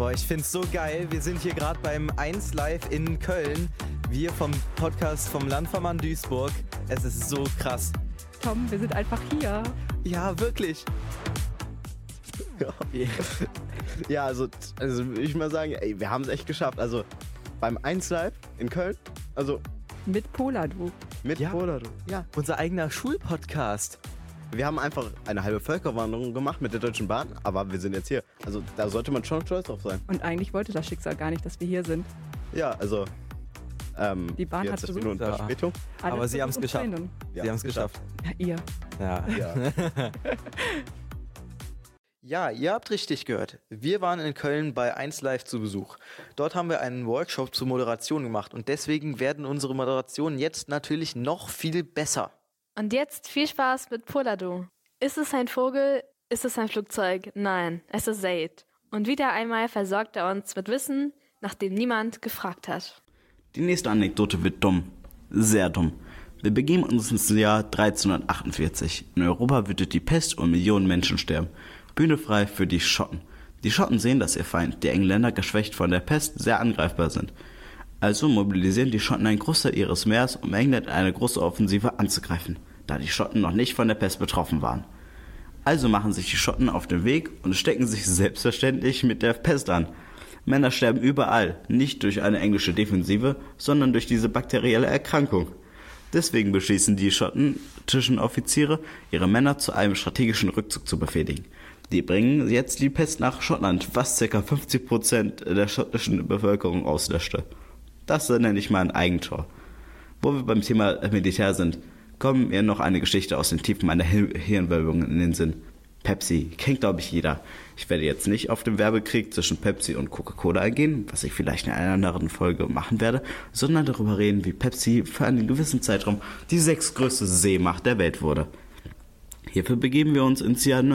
Boah, ich find's so geil. Wir sind hier gerade beim 1 Live in Köln. Wir vom Podcast vom Landvermann Duisburg. Es ist so krass. Tom, wir sind einfach hier. Ja, wirklich. Ja, also ich mal sagen, ey, wir haben es echt geschafft. Also beim 1 Live in Köln, also mit Poladu. Mit Poladu. Ja. Unser eigener Schulpodcast. Wir haben einfach eine halbe Völkerwanderung gemacht mit der Deutschen Bahn, aber wir sind jetzt hier. Also da sollte man schon stolz drauf sein. Und eigentlich wollte das Schicksal gar nicht, dass wir hier sind. Ja, also die Bahn hat 40 Minuten Verspätung. Aber sie haben es geschafft. Ja, Sie haben es geschafft. Ja, ihr. Ja. Ja, ihr habt richtig gehört. Wir waren in Köln bei 1 Live zu Besuch. Dort haben wir einen Workshop zur Moderation gemacht und deswegen werden unsere Moderationen jetzt natürlich noch viel besser. Und jetzt viel Spaß mit Poladu. Ist es ein Vogel? Ist es ein Flugzeug? Nein, es ist Zaid. Und wieder einmal versorgt er uns mit Wissen, nach dem niemand gefragt hat. Die nächste Anekdote wird dumm. Sehr dumm. Wir begeben uns ins Jahr 1348. In Europa wütet die Pest und Millionen Menschen sterben. Bühne frei für die Schotten. Die Schotten sehen, dass ihr Feind, die Engländer, geschwächt von der Pest, sehr angreifbar sind. Also mobilisieren die Schotten einen Großteil ihres Meers, um England eine große Offensive anzugreifen, da die Schotten noch nicht von der Pest betroffen waren. Also machen sich die Schotten auf den Weg und stecken sich selbstverständlich mit der Pest an. Männer sterben überall, nicht durch eine englische Defensive, sondern durch diese bakterielle Erkrankung. Deswegen beschließen die schottischen Offiziere, ihre Männer zu einem strategischen Rückzug zu befehligen. Die bringen jetzt die Pest nach Schottland, was ca. 50% der schottischen Bevölkerung auslöschte. Das nenne ich mal ein Eigentor. Wo wir beim Thema Militär sind, kommt mir noch eine Geschichte aus den Tiefen meiner Hirnwölbung in den Sinn. Pepsi, kennt glaube ich jeder. Ich werde jetzt nicht auf den Werbekrieg zwischen Pepsi und Coca-Cola eingehen, was ich vielleicht in einer anderen Folge machen werde, sondern darüber reden, wie Pepsi für einen gewissen Zeitraum die 6. größte Seemacht der Welt wurde. Hierfür begeben wir uns ins Jahr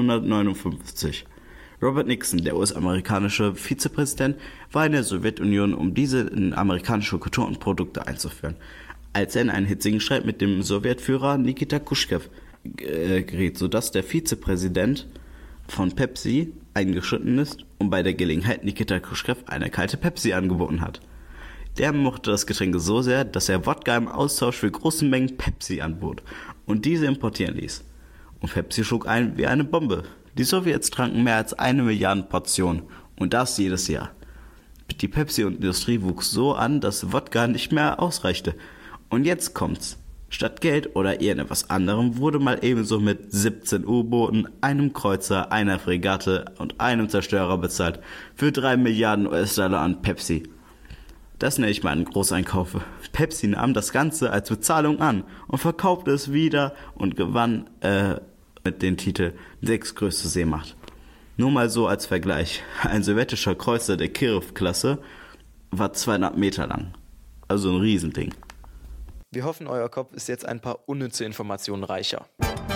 1959. Robert Nixon, der US-amerikanische Vizepräsident, war in der Sowjetunion, um diese in amerikanische Kultur und Produkte einzuführen, als er in einen hitzigen Streit mit dem Sowjetführer Nikita Khrushchev geriet, sodass der Vizepräsident von Pepsi eingeschritten ist und bei der Gelegenheit Nikita Khrushchev eine kalte Pepsi angeboten hat. Der mochte das Getränk so sehr, dass er Wodka im Austausch für große Mengen Pepsi anbot und diese importieren ließ. Und Pepsi schlug ein wie eine Bombe. Die Sowjets tranken mehr als 1 Milliarde Portionen und das jedes Jahr. Die Pepsi-Industrie wuchs so an, dass Wodka nicht mehr ausreichte. Und jetzt kommt's. Statt Geld oder irgendetwas anderem wurde mal ebenso mit 17 U-Booten, einem Kreuzer, einer Fregatte und einem Zerstörer bezahlt für 3 Milliarden US-Dollar an Pepsi. Das nenne ich mal einen Großeinkauf. Pepsi nahm das Ganze als Bezahlung an und verkaufte es wieder und gewann mit dem Titel 6. größte Seemacht. Nur mal so als Vergleich. Ein sowjetischer Kreuzer der Kirov-Klasse war 200 Meter lang. Also ein Riesending. Wir hoffen, euer Kopf ist jetzt ein paar unnütze Informationen reicher.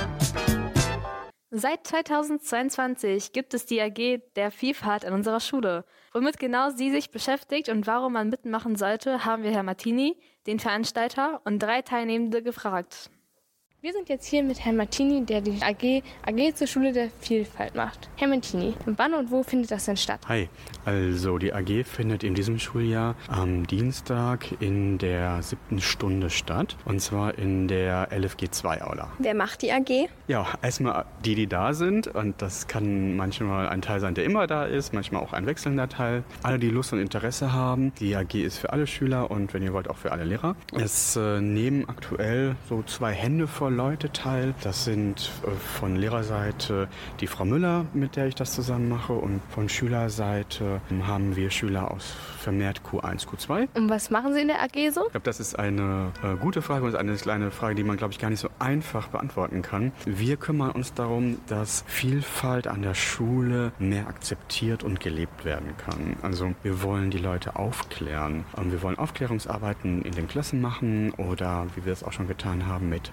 Seit 2022 gibt es die AG der Vielfalt an unserer Schule. Womit genau sie sich beschäftigt und warum man mitmachen sollte, haben wir Herr Martini, den Veranstalter, und 3 Teilnehmende gefragt. Wir sind jetzt hier mit Herrn Martini, der die AG zur Schule der Vielfalt macht. Herr Martini, wann und wo findet das denn statt? Hi, also die AG findet in diesem Schuljahr am Dienstag in der 7. Stunde statt. Und zwar in der LFG2-Aula. Wer macht die AG? Ja, erstmal die da sind. Und das kann manchmal ein Teil sein, der immer da ist, manchmal auch ein wechselnder Teil. Alle, die Lust und Interesse haben. Die AG ist für alle Schüler und wenn ihr wollt, auch für alle Lehrer. Es nehmen aktuell so 2 Hände voll Leute teil. Das sind von Lehrerseite die Frau Müller, mit der ich das zusammen mache, und von Schülerseite haben wir Schüler aus vermehrt Q1, Q2. Und was machen Sie in der AG so? Ich glaube, das ist eine gute Frage und eine kleine Frage, die man, glaube ich, gar nicht so einfach beantworten kann. Wir kümmern uns darum, dass Vielfalt an der Schule mehr akzeptiert und gelebt werden kann. Also wir wollen die Leute aufklären. Wir wollen Aufklärungsarbeiten in den Klassen machen oder, wie wir es auch schon getan haben, mit Plakaten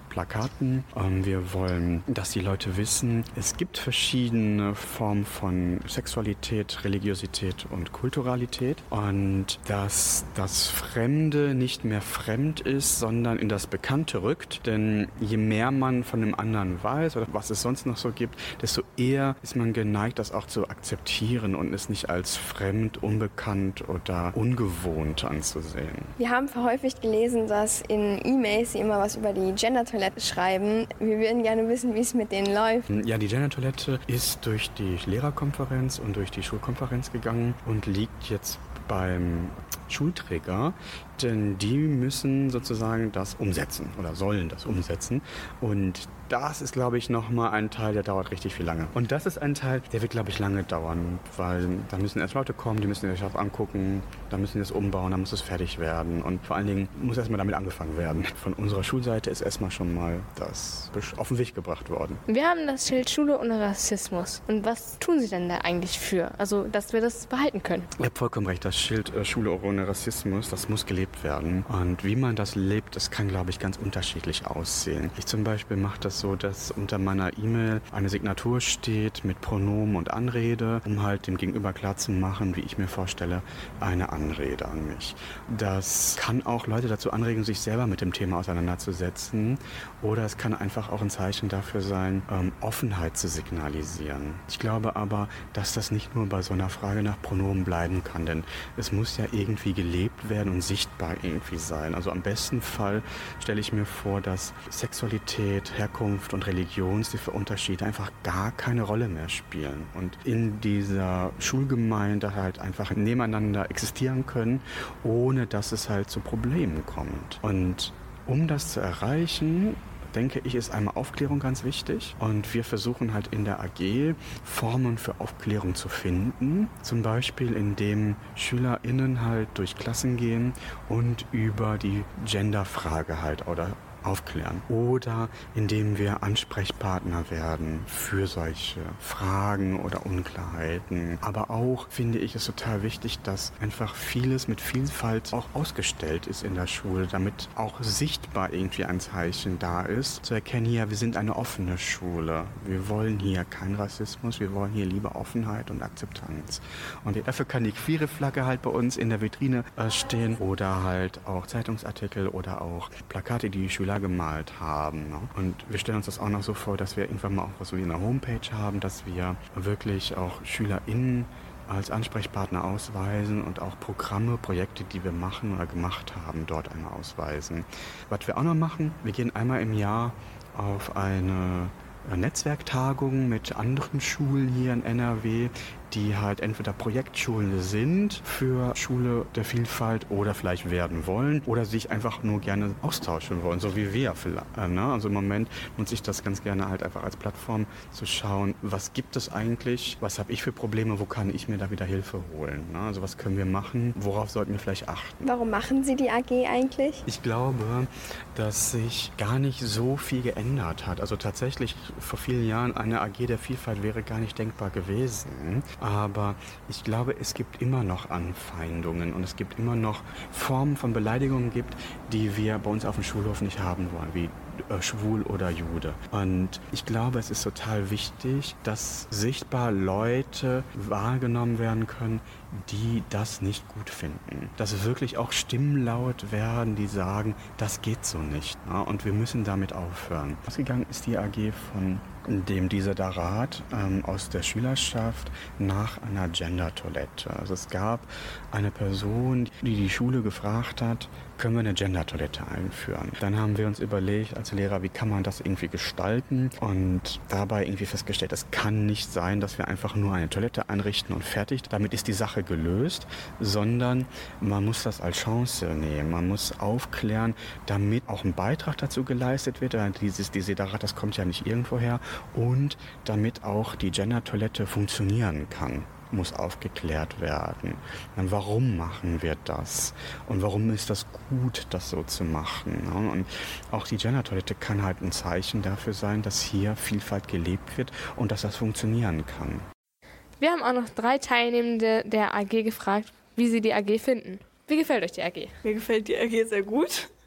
Daten. Wir wollen, dass die Leute wissen, es gibt verschiedene Formen von Sexualität, Religiosität und Kulturalität und dass das Fremde nicht mehr fremd ist, sondern in das Bekannte rückt. Denn je mehr man von dem anderen weiß oder was es sonst noch so gibt, desto eher ist man geneigt, das auch zu akzeptieren und es nicht als fremd, unbekannt oder ungewohnt anzusehen. Wir haben häufig gelesen, dass in E-Mails sie immer was über die Gender-Toilette schreiben. Wir würden gerne wissen, wie es mit denen läuft. Ja, die Gender-Toilette ist durch die Lehrerkonferenz und durch die Schulkonferenz gegangen und liegt jetzt beim Schulträger, denn die müssen sozusagen das umsetzen oder sollen das umsetzen. Und das ist, glaube ich, nochmal ein Teil, der dauert richtig viel lange. Und das ist ein Teil, der wird, glaube ich, lange dauern, weil da müssen erst Leute kommen, die müssen sich das angucken, da müssen das umbauen, da muss es fertig werden. Und vor allen Dingen muss erstmal damit angefangen werden. Von unserer Schulseite ist erstmal schon mal das auf den Weg gebracht worden. Wir haben das Schild Schule ohne Rassismus. Und was tun Sie denn da eigentlich für? Also, dass wir das behalten können? Ihr habt vollkommen recht, das Schild Schule ohne Rassismus, das muss gelebt werden. Und wie man das lebt, das kann, glaube ich, ganz unterschiedlich aussehen. Ich zum Beispiel mache das so, dass unter meiner E-Mail eine Signatur steht mit Pronomen und Anrede, um halt dem Gegenüber klarzumachen, wie ich mir vorstelle, eine Anrede an mich. Das kann auch Leute dazu anregen, sich selber mit dem Thema auseinanderzusetzen, oder es kann einfach auch ein Zeichen dafür sein, Offenheit zu signalisieren. Ich glaube aber, dass das nicht nur bei so einer Frage nach Pronomen bleiben kann, denn es muss ja irgendwie gelebt werden und sichtbar irgendwie sein. Also am besten Fall stelle ich mir vor, dass Sexualität, Herkunft und Religionsunterschiede einfach gar keine Rolle mehr spielen und in dieser Schulgemeinde halt einfach nebeneinander existieren können, ohne dass es halt zu Problemen kommt. Und um das zu erreichen, denke ich, ist einmal Aufklärung ganz wichtig. Und wir versuchen halt in der AG Formen für Aufklärung zu finden. Zum Beispiel, indem SchülerInnen halt durch Klassen gehen und über die Genderfrage halt oder aufklären. Oder indem wir Ansprechpartner werden für solche Fragen oder Unklarheiten. Aber auch finde ich es total wichtig, dass einfach vieles mit Vielfalt auch ausgestellt ist in der Schule, damit auch sichtbar irgendwie ein Zeichen da ist, zu erkennen, hier, wir sind eine offene Schule. Wir wollen hier keinen Rassismus, wir wollen hier Liebe, Offenheit und Akzeptanz. Und dafür kann die queere Flagge halt bei uns in der Vitrine stehen oder halt auch Zeitungsartikel oder auch Plakate, die Schüler gemalt haben. Und wir stellen uns das auch noch so vor, dass wir irgendwann mal auch was so wie eine Homepage haben, dass wir wirklich auch SchülerInnen als Ansprechpartner ausweisen und auch Programme, Projekte, die wir machen oder gemacht haben, dort einmal ausweisen. Was wir auch noch machen, wir gehen einmal im Jahr auf eine Netzwerktagung mit anderen Schulen hier in NRW, die halt entweder Projektschulen sind für Schule der Vielfalt oder vielleicht werden wollen oder sich einfach nur gerne austauschen wollen, so wie wir vielleicht. Also im Moment nutze ich das ganz gerne halt einfach als Plattform zu schauen, was gibt es eigentlich, was habe ich für Probleme, wo kann ich mir da wieder Hilfe holen. Also was können wir machen, worauf sollten wir vielleicht achten. Warum machen Sie die AG eigentlich? Ich glaube, dass sich gar nicht so viel geändert hat. Also tatsächlich vor vielen Jahren eine AG der Vielfalt wäre gar nicht denkbar gewesen. Aber ich glaube, es gibt immer noch Anfeindungen und es gibt immer noch Formen von Beleidigungen gibt, die wir bei uns auf dem Schulhof nicht haben wollen, wie schwul oder Jude. Und ich glaube, es ist total wichtig, dass sichtbar Leute wahrgenommen werden können, die das nicht gut finden. Dass wirklich auch Stimmen laut werden, die sagen, das geht so nicht. Und wir müssen damit aufhören. Ausgegangen ist die AG von dem Desiderat aus der Schülerschaft nach einer Gender-Toilette. Also es gab eine Person, die die Schule gefragt hat, können wir eine Gender-Toilette einführen? Dann haben wir uns überlegt als Lehrer, wie kann man das irgendwie gestalten und dabei irgendwie festgestellt, es kann nicht sein, dass wir einfach nur eine Toilette einrichten und fertig. Damit ist die Sache gelöst, sondern man muss das als Chance nehmen. Man muss aufklären, damit auch ein Beitrag dazu geleistet wird. Dieses Desiderat, das kommt ja nicht irgendwoher. Und damit auch die Gender-Toilette funktionieren kann, muss aufgeklärt werden. Dann, warum machen wir das? Und warum ist das gut, das so zu machen? Und auch die Gender-Toilette kann halt ein Zeichen dafür sein, dass hier Vielfalt gelebt wird und dass das funktionieren kann. Wir haben auch noch 3 Teilnehmende der AG gefragt, wie sie die AG finden. Wie gefällt euch die AG? Mir gefällt die AG sehr gut.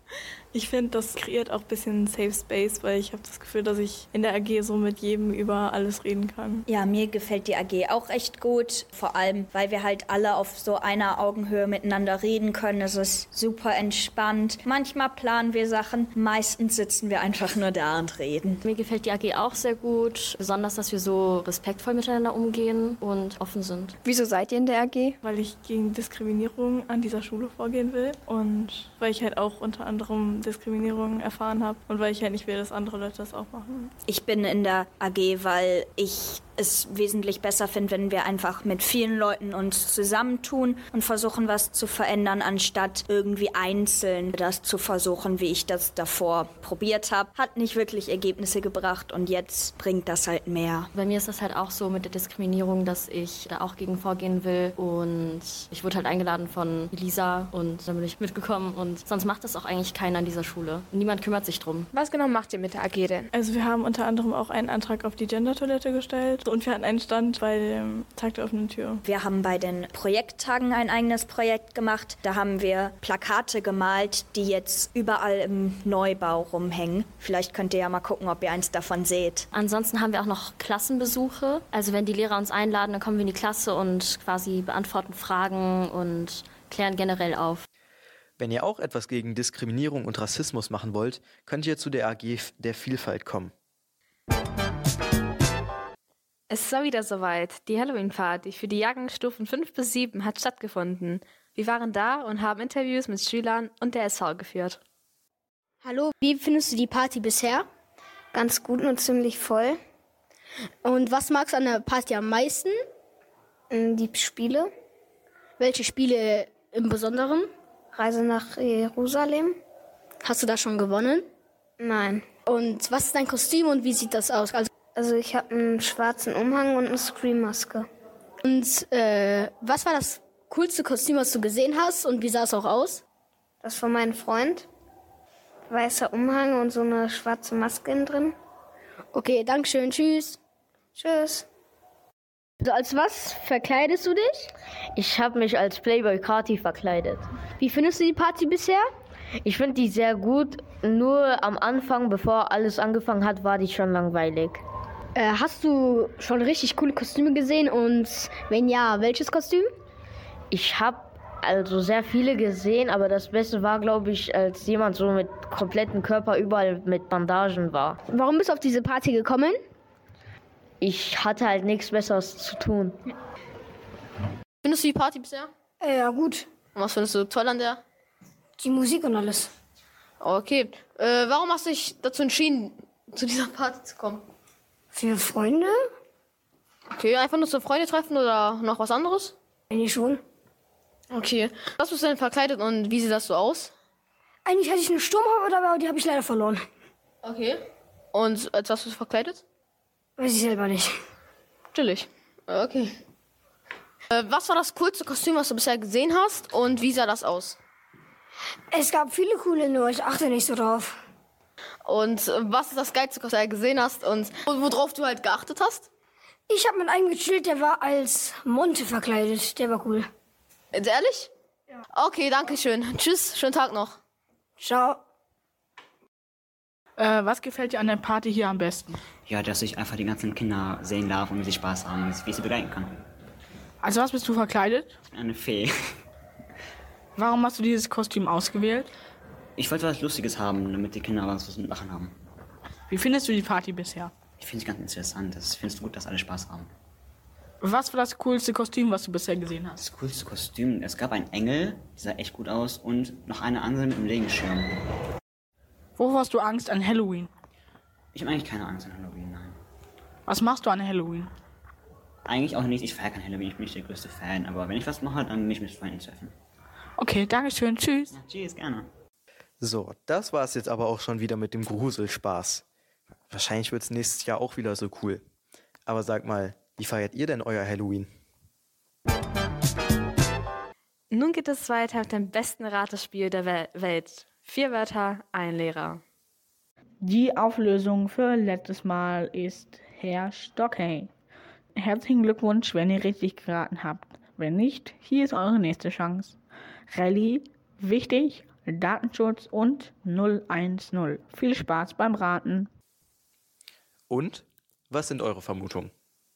Ich finde, das kreiert auch ein bisschen Safe Space, weil ich habe das Gefühl, dass ich in der AG so mit jedem über alles reden kann. Ja, mir gefällt die AG auch echt gut, vor allem, weil wir halt alle auf so einer Augenhöhe miteinander reden können. Es ist super entspannt. Manchmal planen wir Sachen, meistens sitzen wir einfach nur da und reden. Mir gefällt die AG auch sehr gut, besonders, dass wir so respektvoll miteinander umgehen und offen sind. Wieso seid ihr in der AG? Weil ich gegen Diskriminierung an dieser Schule vorgehen will und weil ich halt auch unter anderem Diskriminierung erfahren habe und weil ich halt nicht will, dass andere Leute das auch machen. Ich bin in der AG, weil ich es wesentlich besser finde, wenn wir einfach mit vielen Leuten uns zusammentun und versuchen, was zu verändern, anstatt irgendwie einzeln das zu versuchen, wie ich das davor probiert habe. Hat nicht wirklich Ergebnisse gebracht und jetzt bringt das halt mehr. Bei mir ist das halt auch so mit der Diskriminierung, dass ich da auch gegen vorgehen will und ich wurde halt eingeladen von Elisa und dann bin ich mitgekommen und sonst macht das auch eigentlich keiner an dieser Schule. Niemand kümmert sich drum. Was genau macht ihr mit der AG denn? Also wir haben unter anderem auch einen Antrag auf die Gender-Toilette gestellt und wir hatten einen Stand bei dem Tag der offenen Tür. Wir haben bei den Projekttagen ein eigenes Projekt gemacht. Da haben wir Plakate gemalt, die jetzt überall im Neubau rumhängen. Vielleicht könnt ihr ja mal gucken, ob ihr eins davon seht. Ansonsten haben wir auch noch Klassenbesuche. Also wenn die Lehrer uns einladen, dann kommen wir in die Klasse und quasi beantworten Fragen und klären generell auf. Wenn ihr auch etwas gegen Diskriminierung und Rassismus machen wollt, könnt ihr zu der AG der Vielfalt kommen. Es war wieder soweit. Die Halloween-Party für die Jahrgangsstufen 5 bis 7 hat stattgefunden. Wir waren da und haben Interviews mit Schülern und der SV geführt. Hallo, wie findest du die Party bisher? Ganz gut und ziemlich voll. Und was magst du an der Party am meisten? Die Spiele. Welche Spiele im Besonderen? Reise nach Jerusalem. Hast du da schon gewonnen? Nein. Und was ist dein Kostüm und wie sieht das aus? Also ich habe einen schwarzen Umhang und eine Scream-Maske. Und was war das coolste Kostüm, was du gesehen hast und wie sah es auch aus? Das von meinem Freund. Weißer Umhang und so eine schwarze Maske innen drin. Okay, dankeschön, tschüss. Tschüss. Also als was verkleidest du dich? Ich habe mich als Playboy Carti verkleidet. Wie findest du die Party bisher? Ich finde die sehr gut, nur am Anfang, bevor alles angefangen hat, war die schon langweilig. Hast du schon richtig coole Kostüme gesehen und wenn ja, welches Kostüm? Ich habe also sehr viele gesehen, aber das Beste war, glaube ich, als jemand so mit komplettem Körper überall mit Bandagen war. Warum bist du auf diese Party gekommen? Ich hatte halt nichts Besseres zu tun. Findest du die Party bisher? Ja, gut. Und was findest du toll an der? Die Musik und alles. Okay. Warum hast du dich dazu entschieden, zu dieser Party zu kommen? Für Freunde? Okay, einfach nur zum Freunde treffen oder noch was anderes? Eigentlich schon. Okay. Was bist du denn verkleidet und wie sieht das so aus? Eigentlich hatte ich eine Sturmhaube dabei, aber die habe ich leider verloren. Okay. Und als was bist du verkleidet? Weiß ich selber nicht. Chillig. Okay. Was war das coolste Kostüm, was du bisher gesehen hast und wie sah das aus? Es gab viele coole, nur ich achte nicht so drauf. Und was ist das Geilste, was du gesehen hast und worauf du halt geachtet hast? Ich habe mit einem gechillt, der war als Monte verkleidet. Der war cool. Jetzt ehrlich? Ja. Okay, danke schön. Tschüss, schönen Tag noch. Ciao. Was gefällt dir an der Party hier am besten? Ja, dass ich einfach die ganzen Kinder sehen darf und sie Spaß haben und wie ich sie begleiten kann. Also was bist du verkleidet? Ich bin eine Fee. Warum hast du dieses Kostüm ausgewählt? Ich wollte was Lustiges haben, damit die Kinder was mit Lachen haben. Wie findest du die Party bisher? Ich finde es ganz interessant. Ich finde es gut, dass alle Spaß haben. Was war das coolste Kostüm, was du bisher gesehen hast? Das coolste Kostüm? Es gab einen Engel, der sah echt gut aus, und noch eine andere mit einem Regenschirm. Wovor hast du Angst an Halloween? Ich habe eigentlich keine Angst an Halloween, nein. Was machst du an Halloween? Eigentlich auch nicht. Ich feiere kein Halloween, ich bin nicht der größte Fan. Aber wenn ich was mache, dann mich mit Freunden treffen. Okay, danke schön. Tschüss. Ja, tschüss, gerne. So, das war es jetzt aber auch schon wieder mit dem Gruselspaß. Wahrscheinlich wird es nächstes Jahr auch wieder so cool. Aber sag mal, wie feiert ihr denn euer Halloween? Nun geht es weiter mit dem besten Ratespiel der Welt. 4 Wörter, ein Lehrer. Die Auflösung für letztes Mal ist Herr Stockey. Herzlichen Glückwunsch, wenn ihr richtig geraten habt. Wenn nicht, hier ist eure nächste Chance. Rallye, wichtig, Datenschutz und 010. Viel Spaß beim Raten. Und? Was sind eure Vermutungen?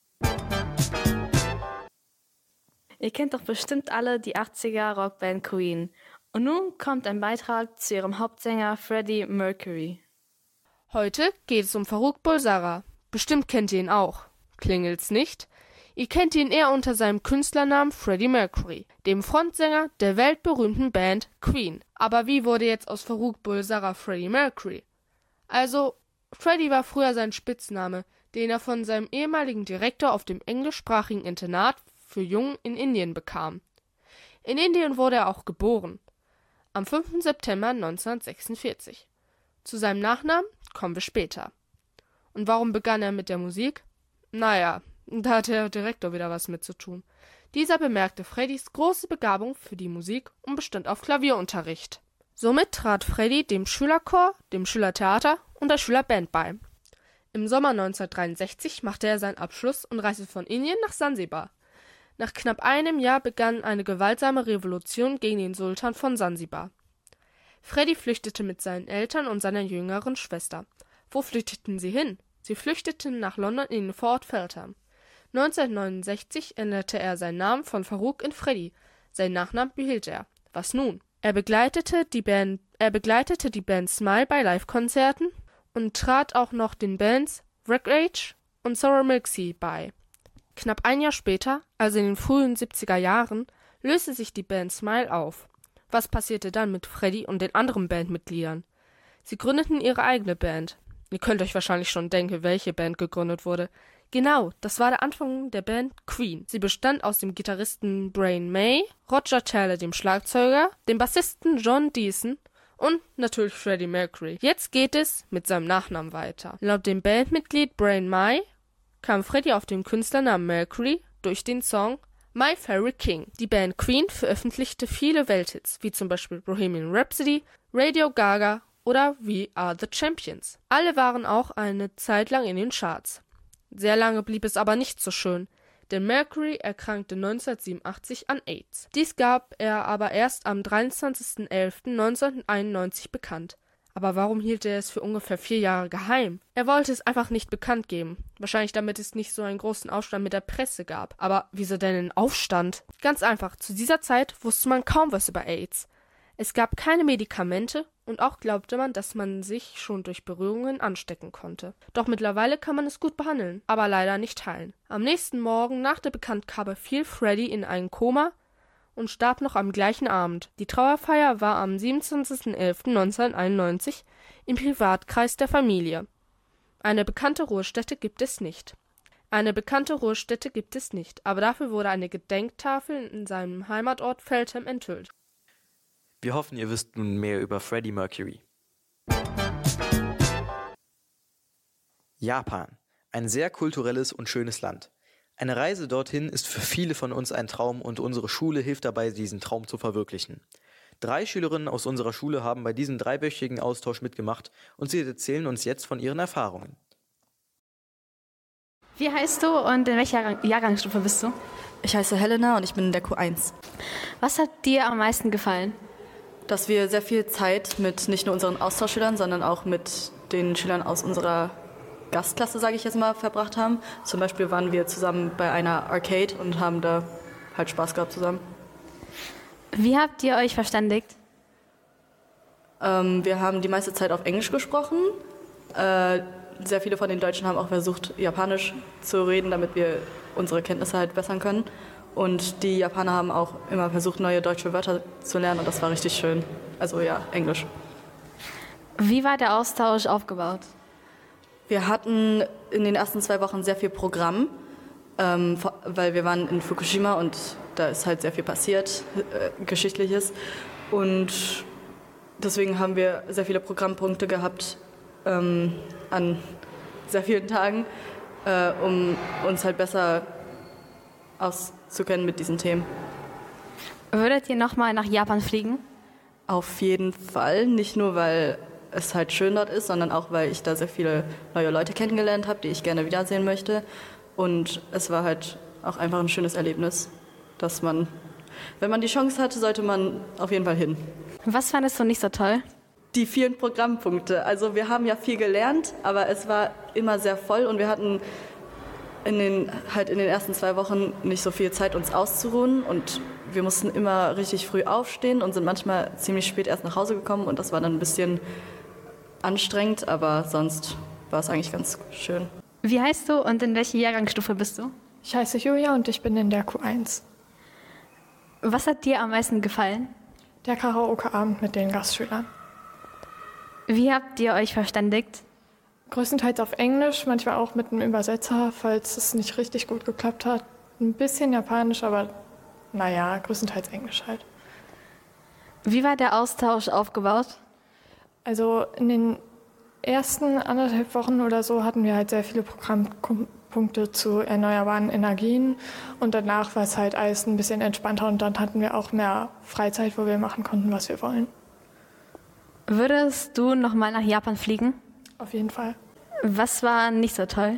Ihr kennt doch bestimmt alle die 80er Rockband Queen. Und nun kommt ein Beitrag zu ihrem Hauptsänger Freddie Mercury. Heute geht es um Farouk Bulsara. Bestimmt kennt ihr ihn auch. Klingelt's nicht? Ihr kennt ihn eher unter seinem Künstlernamen Freddie Mercury, dem Frontsänger der weltberühmten Band Queen. Aber wie wurde jetzt aus Farouk Bulsara Freddie Mercury? Also, Freddie war früher sein Spitzname, den er von seinem ehemaligen Direktor auf dem englischsprachigen Internat für Jungen in Indien bekam. In Indien wurde er auch geboren. Am 5. September 1946. Zu seinem Nachnamen kommen wir später. Und warum begann er mit der Musik? Naja, da hat der Direktor wieder was mit zu tun. Dieser bemerkte Freddys große Begabung für die Musik und bestand auf Klavierunterricht. Somit trat Freddie dem Schülerchor, dem Schülertheater und der Schülerband bei. Im Sommer 1963 machte er seinen Abschluss und reiste von Indien nach Sansibar. Nach knapp einem Jahr begann eine gewaltsame Revolution gegen den Sultan von Sansibar. Freddie flüchtete mit seinen Eltern und seiner jüngeren Schwester. Wo flüchteten sie hin? Sie flüchteten nach London in den Vorort Feltham. 1969 änderte er seinen Namen von Farouk in Freddie. Seinen Nachnamen behielt er. Was nun? Er begleitete die Band Smile bei Live-Konzerten und trat auch noch den Bands Wreck Rage und Sorrow Milk Sea bei. Knapp ein Jahr später, also in den frühen 70er Jahren, löste sich die Band Smile auf. Was passierte dann mit Freddie und den anderen Bandmitgliedern? Sie gründeten ihre eigene Band. Ihr könnt euch wahrscheinlich schon denken, welche Band gegründet wurde. Genau, das war der Anfang der Band Queen. Sie bestand aus dem Gitarristen Brian May, Roger Taylor, dem Schlagzeuger, dem Bassisten John Deason und natürlich Freddie Mercury. Jetzt geht es mit seinem Nachnamen weiter. Laut dem Bandmitglied Brian May kam Freddie auf den Künstlernamen Mercury durch den Song My Fairy King. Die Band Queen veröffentlichte viele Welthits, wie zum Beispiel Bohemian Rhapsody, Radio Gaga oder We Are the Champions. Alle waren auch eine Zeit lang in den Charts. Sehr lange blieb es aber nicht so schön, denn Mercury erkrankte 1987 an AIDS. Dies gab er aber erst am 23.11.1991 bekannt. Aber warum hielt er es für ungefähr 4 Jahre geheim? Er wollte es einfach nicht bekannt geben. Wahrscheinlich damit es nicht so einen großen Aufstand mit der Presse gab. Aber wieso denn ein Aufstand? Ganz einfach, zu dieser Zeit wusste man kaum was über AIDS. Es gab keine Medikamente und auch glaubte man, dass man sich schon durch Berührungen anstecken konnte. Doch mittlerweile kann man es gut behandeln, aber leider nicht heilen. Am nächsten Morgen nach der Bekanntgabe fiel Freddie in ein Koma und starb noch am gleichen Abend. Die Trauerfeier war am 27.11.1991 im Privatkreis der Familie. Eine bekannte Ruhestätte gibt es nicht. Aber dafür wurde eine Gedenktafel in seinem Heimatort Feltham enthüllt. Wir hoffen, ihr wisst nun mehr über Freddie Mercury. Japan. Ein sehr kulturelles und schönes Land. Eine Reise dorthin ist für viele von uns ein Traum und unsere Schule hilft dabei, diesen Traum zu verwirklichen. 3 Schülerinnen aus unserer Schule haben bei diesem 3-wöchigen Austausch mitgemacht und sie erzählen uns jetzt von ihren Erfahrungen. Wie heißt du und in welcher Jahrgangsstufe bist du? Ich heiße Helena und ich bin in der Q1. Was hat dir am meisten gefallen? Dass wir sehr viel Zeit mit nicht nur unseren Austauschschülern, sondern auch mit den Schülern aus unserer Gastklasse, sage ich jetzt mal, verbracht haben. Zum Beispiel waren wir zusammen bei einer Arcade und haben da halt Spaß gehabt zusammen. Wie habt ihr euch verständigt? Wir haben die meiste Zeit auf Englisch gesprochen. Sehr viele von den Deutschen haben auch versucht, Japanisch zu reden, damit wir unsere Kenntnisse halt bessern können. Und die Japaner haben auch immer versucht, neue deutsche Wörter zu lernen und das war richtig schön. Also ja, Englisch. Wie war der Austausch aufgebaut? Wir hatten in den ersten 2 Wochen sehr viel Programm, weil wir waren in Fukushima und da ist halt sehr viel passiert, Geschichtliches. Und deswegen haben wir sehr viele Programmpunkte gehabt an sehr vielen Tagen, um uns halt besser auszukennen mit diesen Themen. Würdet ihr nochmal nach Japan fliegen? Auf jeden Fall, nicht nur weil es halt schön dort ist, sondern auch weil ich da sehr viele neue Leute kennengelernt habe, die ich gerne wiedersehen möchte. Und es war halt auch einfach ein schönes Erlebnis, dass man wenn man die Chance hat, sollte man auf jeden Fall hin. Was fandest du nicht so toll? Die vielen Programmpunkte. Also wir haben ja viel gelernt, aber es war immer sehr voll und wir hatten in den ersten 2 Wochen nicht so viel Zeit, uns auszuruhen. Und wir mussten immer richtig früh aufstehen und sind manchmal ziemlich spät erst nach Hause gekommen. Und das war dann ein bisschen anstrengend, aber sonst war es eigentlich ganz schön. Wie heißt du und in welcher Jahrgangsstufe bist du? Ich heiße Julia und ich bin in der Q1. Was hat dir am meisten gefallen? Der Karaoke-Abend mit den Gastschülern. Wie habt ihr euch verständigt? Größtenteils auf Englisch, manchmal auch mit einem Übersetzer, falls es nicht richtig gut geklappt hat. Ein bisschen Japanisch, aber naja, größtenteils Englisch halt. Wie war der Austausch aufgebaut? Also in den ersten 1,5 Wochen oder so hatten wir halt sehr viele Programmpunkte zu erneuerbaren Energien und danach war es halt alles ein bisschen entspannter und dann hatten wir auch mehr Freizeit, wo wir machen konnten, was wir wollen. Würdest du nochmal nach Japan fliegen? Auf jeden Fall. Was war nicht so toll?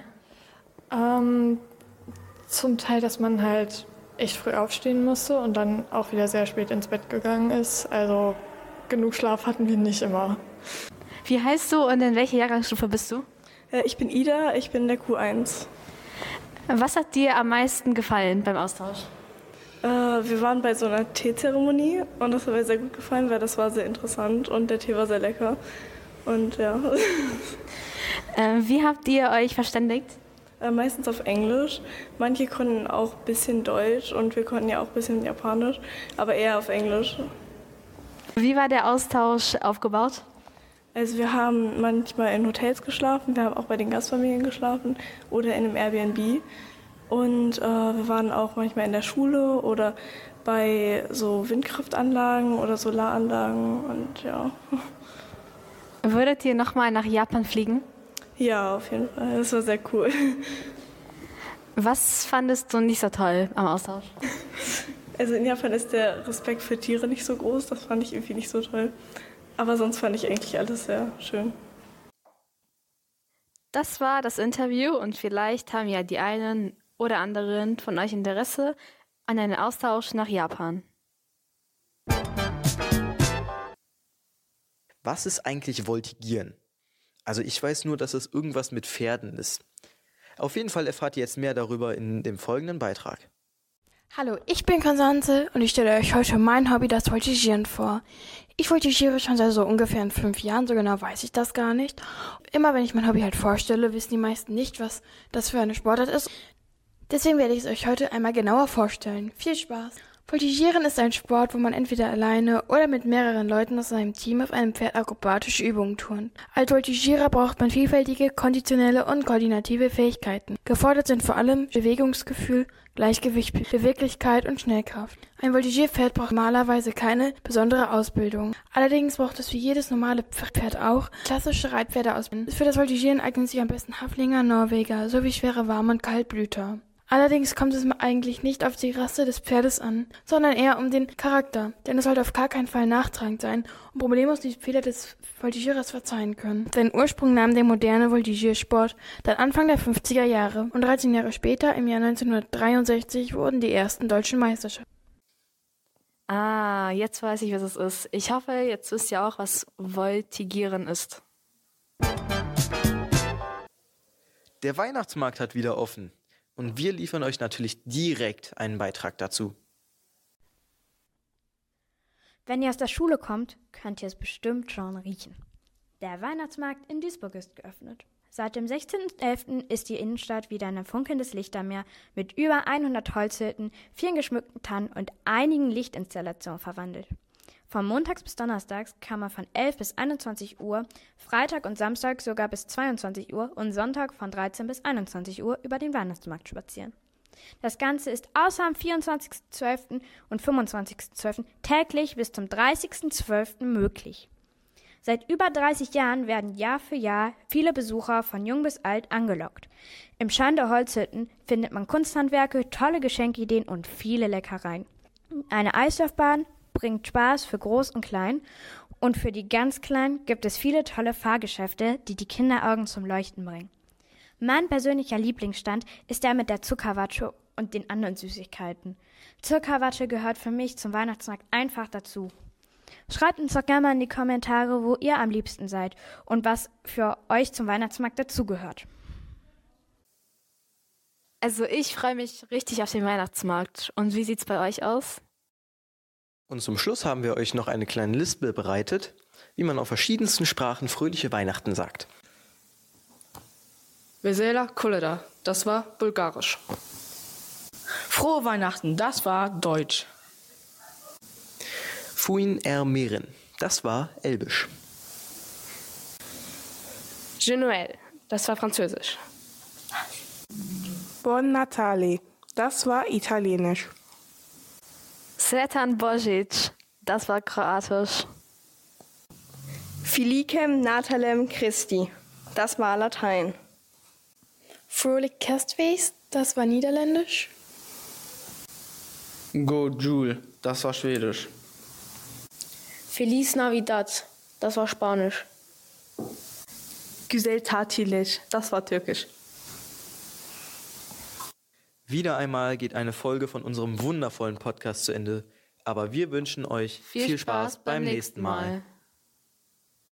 Zum Teil, dass man halt echt früh aufstehen musste und dann auch wieder sehr spät ins Bett gegangen ist. Also genug Schlaf hatten wir nicht immer. Wie heißt du und in welcher Jahrgangsstufe bist du? Ich bin Ida, ich bin in der Q1. Was hat dir am meisten gefallen beim Austausch? Wir waren bei so einer Teezeremonie und das hat mir sehr gut gefallen, weil das war sehr interessant und der Tee war sehr lecker. Und ja. Wie habt ihr euch verständigt? Meistens auf Englisch. Manche konnten auch ein bisschen Deutsch und wir konnten ja auch ein bisschen Japanisch, aber eher auf Englisch. Wie war der Austausch aufgebaut? Also wir haben manchmal in Hotels geschlafen, wir haben auch bei den Gastfamilien geschlafen oder in einem Airbnb. Und wir waren auch manchmal in der Schule oder bei so Windkraftanlagen oder Solaranlagen und ja. Würdet ihr nochmal nach Japan fliegen? Ja, auf jeden Fall. Das war sehr cool. Was fandest du nicht so toll am Austausch? Also in Japan ist der Respekt für Tiere nicht so groß. Das fand ich irgendwie nicht so toll. Aber sonst fand ich eigentlich alles sehr schön. Das war das Interview und vielleicht haben ja die einen oder anderen von euch Interesse an einem Austausch nach Japan. Was ist eigentlich Voltigieren? Also ich weiß nur, dass es irgendwas mit Pferden ist. Auf jeden Fall erfahrt ihr jetzt mehr darüber in dem folgenden Beitrag. Hallo, ich bin Konstanze und ich stelle euch heute mein Hobby, das Voltigieren, vor. Ich voltigiere schon seit so ungefähr 5 Jahren, so genau weiß ich das gar nicht. Immer wenn ich mein Hobby halt vorstelle, wissen die meisten nicht, was das für eine Sportart ist. Deswegen werde ich es euch heute einmal genauer vorstellen. Viel Spaß! Voltigieren ist ein Sport, wo man entweder alleine oder mit mehreren Leuten aus seinem Team auf einem Pferd akrobatische Übungen tun. Als Voltigierer braucht man vielfältige konditionelle und koordinative Fähigkeiten. Gefordert sind vor allem Bewegungsgefühl, Gleichgewicht, Beweglichkeit und Schnellkraft. Ein Voltigierpferd braucht normalerweise keine besondere Ausbildung. Allerdings braucht es wie jedes normale Pferd auch klassische Reitpferdeausbildung. Für das Voltigieren eignen sich am besten Haflinger, Norweger sowie schwere Warm- und Kaltblüter. Allerdings kommt es eigentlich nicht auf die Rasse des Pferdes an, sondern eher um den Charakter, denn es sollte auf gar keinen Fall nachtragend sein und problemlos die Fehler des Voltigierers verzeihen können. Seinen Ursprung nahm der moderne Voltigiersport dann Anfang der 50er Jahre und 13 Jahre später, im Jahr 1963, wurden die ersten deutschen Meisterschaften. Ah, jetzt weiß ich, was es ist. Ich hoffe, jetzt wisst ihr auch, was Voltigieren ist. Der Weihnachtsmarkt hat wieder offen. Und wir liefern euch natürlich direkt einen Beitrag dazu. Wenn ihr aus der Schule kommt, könnt ihr es bestimmt schon riechen. Der Weihnachtsmarkt in Duisburg ist geöffnet. Seit dem 16.11. ist die Innenstadt wieder in ein funkelndes Lichtermeer mit über 100 Holzhütten, vielen geschmückten Tannen und einigen Lichtinstallationen verwandelt. Von montags bis donnerstags kann man von 11 bis 21 Uhr, Freitag und Samstag sogar bis 22 Uhr und Sonntag von 13 bis 21 Uhr über den Weihnachtsmarkt spazieren. Das Ganze ist außer am 24.12. und 25.12. täglich bis zum 30.12. möglich. Seit über 30 Jahren werden Jahr für Jahr viele Besucher von jung bis alt angelockt. Im Schein der Holzhütten findet man Kunsthandwerke, tolle Geschenkideen und viele Leckereien. Eine Eislaufbahn bringt Spaß für Groß und Klein und für die ganz Kleinen gibt es viele tolle Fahrgeschäfte, die die Kinderaugen zum Leuchten bringen. Mein persönlicher Lieblingsstand ist der mit der Zuckerwatte und den anderen Süßigkeiten. Zuckerwatte gehört für mich zum Weihnachtsmarkt einfach dazu. Schreibt uns doch gerne mal in die Kommentare, wo ihr am liebsten seid und was für euch zum Weihnachtsmarkt dazugehört. Also ich freue mich richtig auf den Weihnachtsmarkt. Und wie sieht's bei euch aus? Und zum Schluss haben wir euch noch eine kleine Lispel bereitet, wie man auf verschiedensten Sprachen fröhliche Weihnachten sagt. Vesela Koleda, das war Bulgarisch. Frohe Weihnachten, das war Deutsch. Fuin Ermeren, das war Elbisch. Je Noël, das war Französisch. Buon Natale, das war Italienisch. Sretan Božić, das war Kroatisch. Filicem Natalem Christi, das war Latein. Fröhlich Kerstfeest, das war Niederländisch. Go Jul, das war Schwedisch. Feliz Navidad, das war Spanisch. Güzel Tatilic, das war Türkisch. Wieder einmal geht eine Folge von unserem wundervollen Podcast zu Ende, aber wir wünschen euch viel Spaß beim nächsten Mal.